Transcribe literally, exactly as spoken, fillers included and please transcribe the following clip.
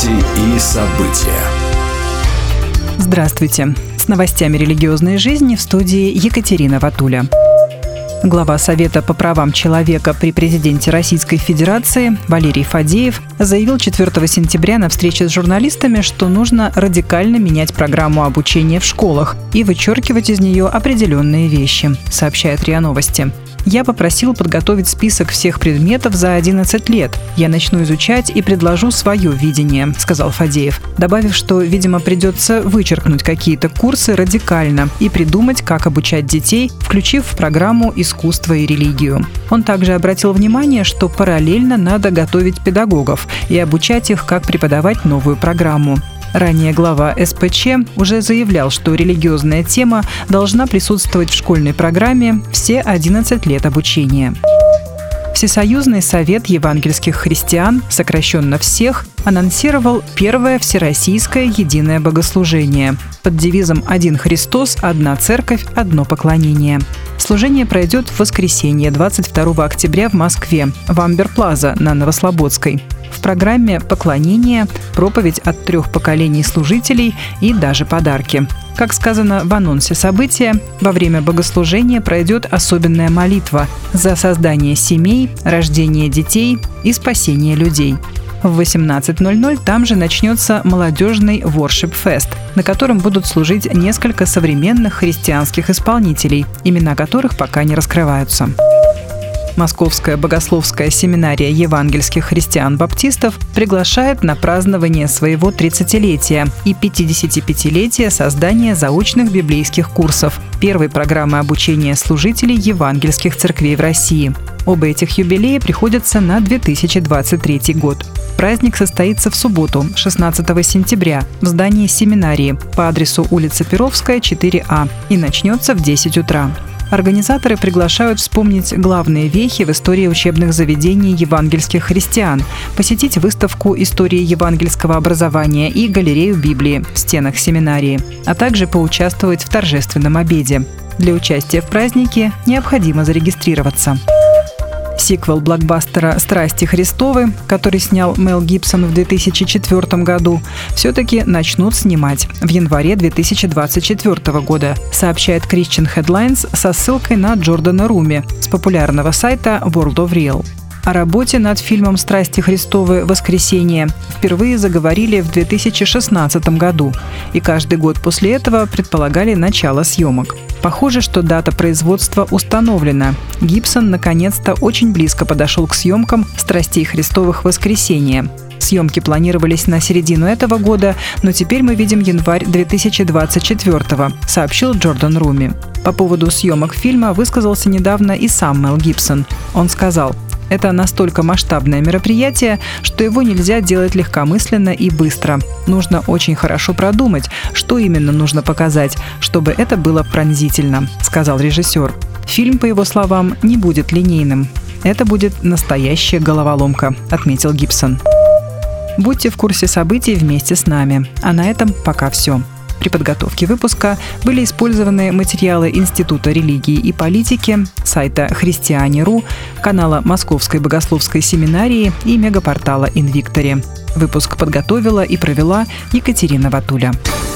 Новости и события. Здравствуйте. С новостями религиозной жизни в студии Екатерина Ватуля. Глава Совета по правам человека при президенте Российской Федерации Валерий Фадеев заявил четвёртого сентября на встрече с журналистами, что нужно радикально менять программу обучения в школах и вычеркивать из нее определенные вещи, сообщает РИА Новости. «Я попросил подготовить список всех предметов за одиннадцать лет. Я начну изучать и предложу свое видение», — сказал Фадеев, добавив, что, видимо, придется вычеркнуть какие-то курсы радикально и придумать, как обучать детей, включив в программу искусство и религию. Он также обратил внимание, что параллельно надо готовить педагогов и обучать их, как преподавать новую программу. Ранее глава эс пэ че уже заявлял, что религиозная тема должна присутствовать в школьной программе все одиннадцать лет обучения. Всесоюзный совет евангельских христиан, сокращенно ВСЕХ, анонсировал первое всероссийское единое богослужение под девизом «Один Христос, одна церковь, одно поклонение». Служение пройдет в воскресенье, двадцать второго октября в Москве, в Амбер-Плаза на Новослободской. В программе «Поклонение», проповедь от трех поколений служителей и даже подарки. Как сказано в анонсе события, во время богослужения пройдет особенная молитва за создание семей, рождение детей и спасение людей. В восемнадцать ноль ноль там же начнется молодежный воршип-фест, на котором будут служить несколько современных христианских исполнителей, имена которых пока не раскрываются. Московская богословская семинария евангельских христиан-баптистов приглашает на празднование своего тридцатилетия и пятидесятипятилетия создания заочных библейских курсов, первой программы обучения служителей евангельских церквей в России. Оба этих юбилея приходятся на две тысячи двадцать третий год. Праздник состоится в субботу, шестнадцатого сентября, в здании семинарии по адресу улица Перовская, четыре А, и начнется в десять утра. Организаторы приглашают вспомнить главные вехи в истории учебных заведений евангельских христиан, посетить выставку истории евангельского образования и галерею Библии в стенах семинарии, а также поучаствовать в торжественном обеде. Для участия в празднике необходимо зарегистрироваться. Сиквел блокбастера «Страсти Христовы», который снял Мел Гибсон в две тысячи четвёртом году, все-таки начнут снимать в январе две тысячи двадцать четвёртого года, сообщает Christian Headlines со ссылкой на Джордана Руми с популярного сайта World of Real. О работе над фильмом «Страсти Христовы. Воскресение» впервые заговорили в две тысячи шестнадцатом году, и каждый год после этого предполагали начало съемок. Похоже, что дата производства установлена. Гибсон наконец-то очень близко подошел к съемкам «Страстей Христовых. Воскресение». Съемки планировались на середину этого года, но теперь мы видим январь две тысячи двадцать четвёртого, сообщил Джордан Руми. По поводу съемок фильма высказался недавно и сам Мел Гибсон. Он сказал: «Это настолько масштабное мероприятие, что его нельзя делать легкомысленно и быстро. Нужно очень хорошо продумать, что именно нужно показать, чтобы это было пронзительно», — сказал режиссер. Фильм, по его словам, не будет линейным. «Это будет настоящая головоломка», — отметил Гибсон. Будьте в курсе событий вместе с нами. А на этом пока все. При подготовке выпуска были использованы материалы Института религии и политики, сайта христиане точка ру, канала Московской богословской семинарии и мегапортала Инвиктори. Выпуск подготовила и провела Екатерина Ватуля.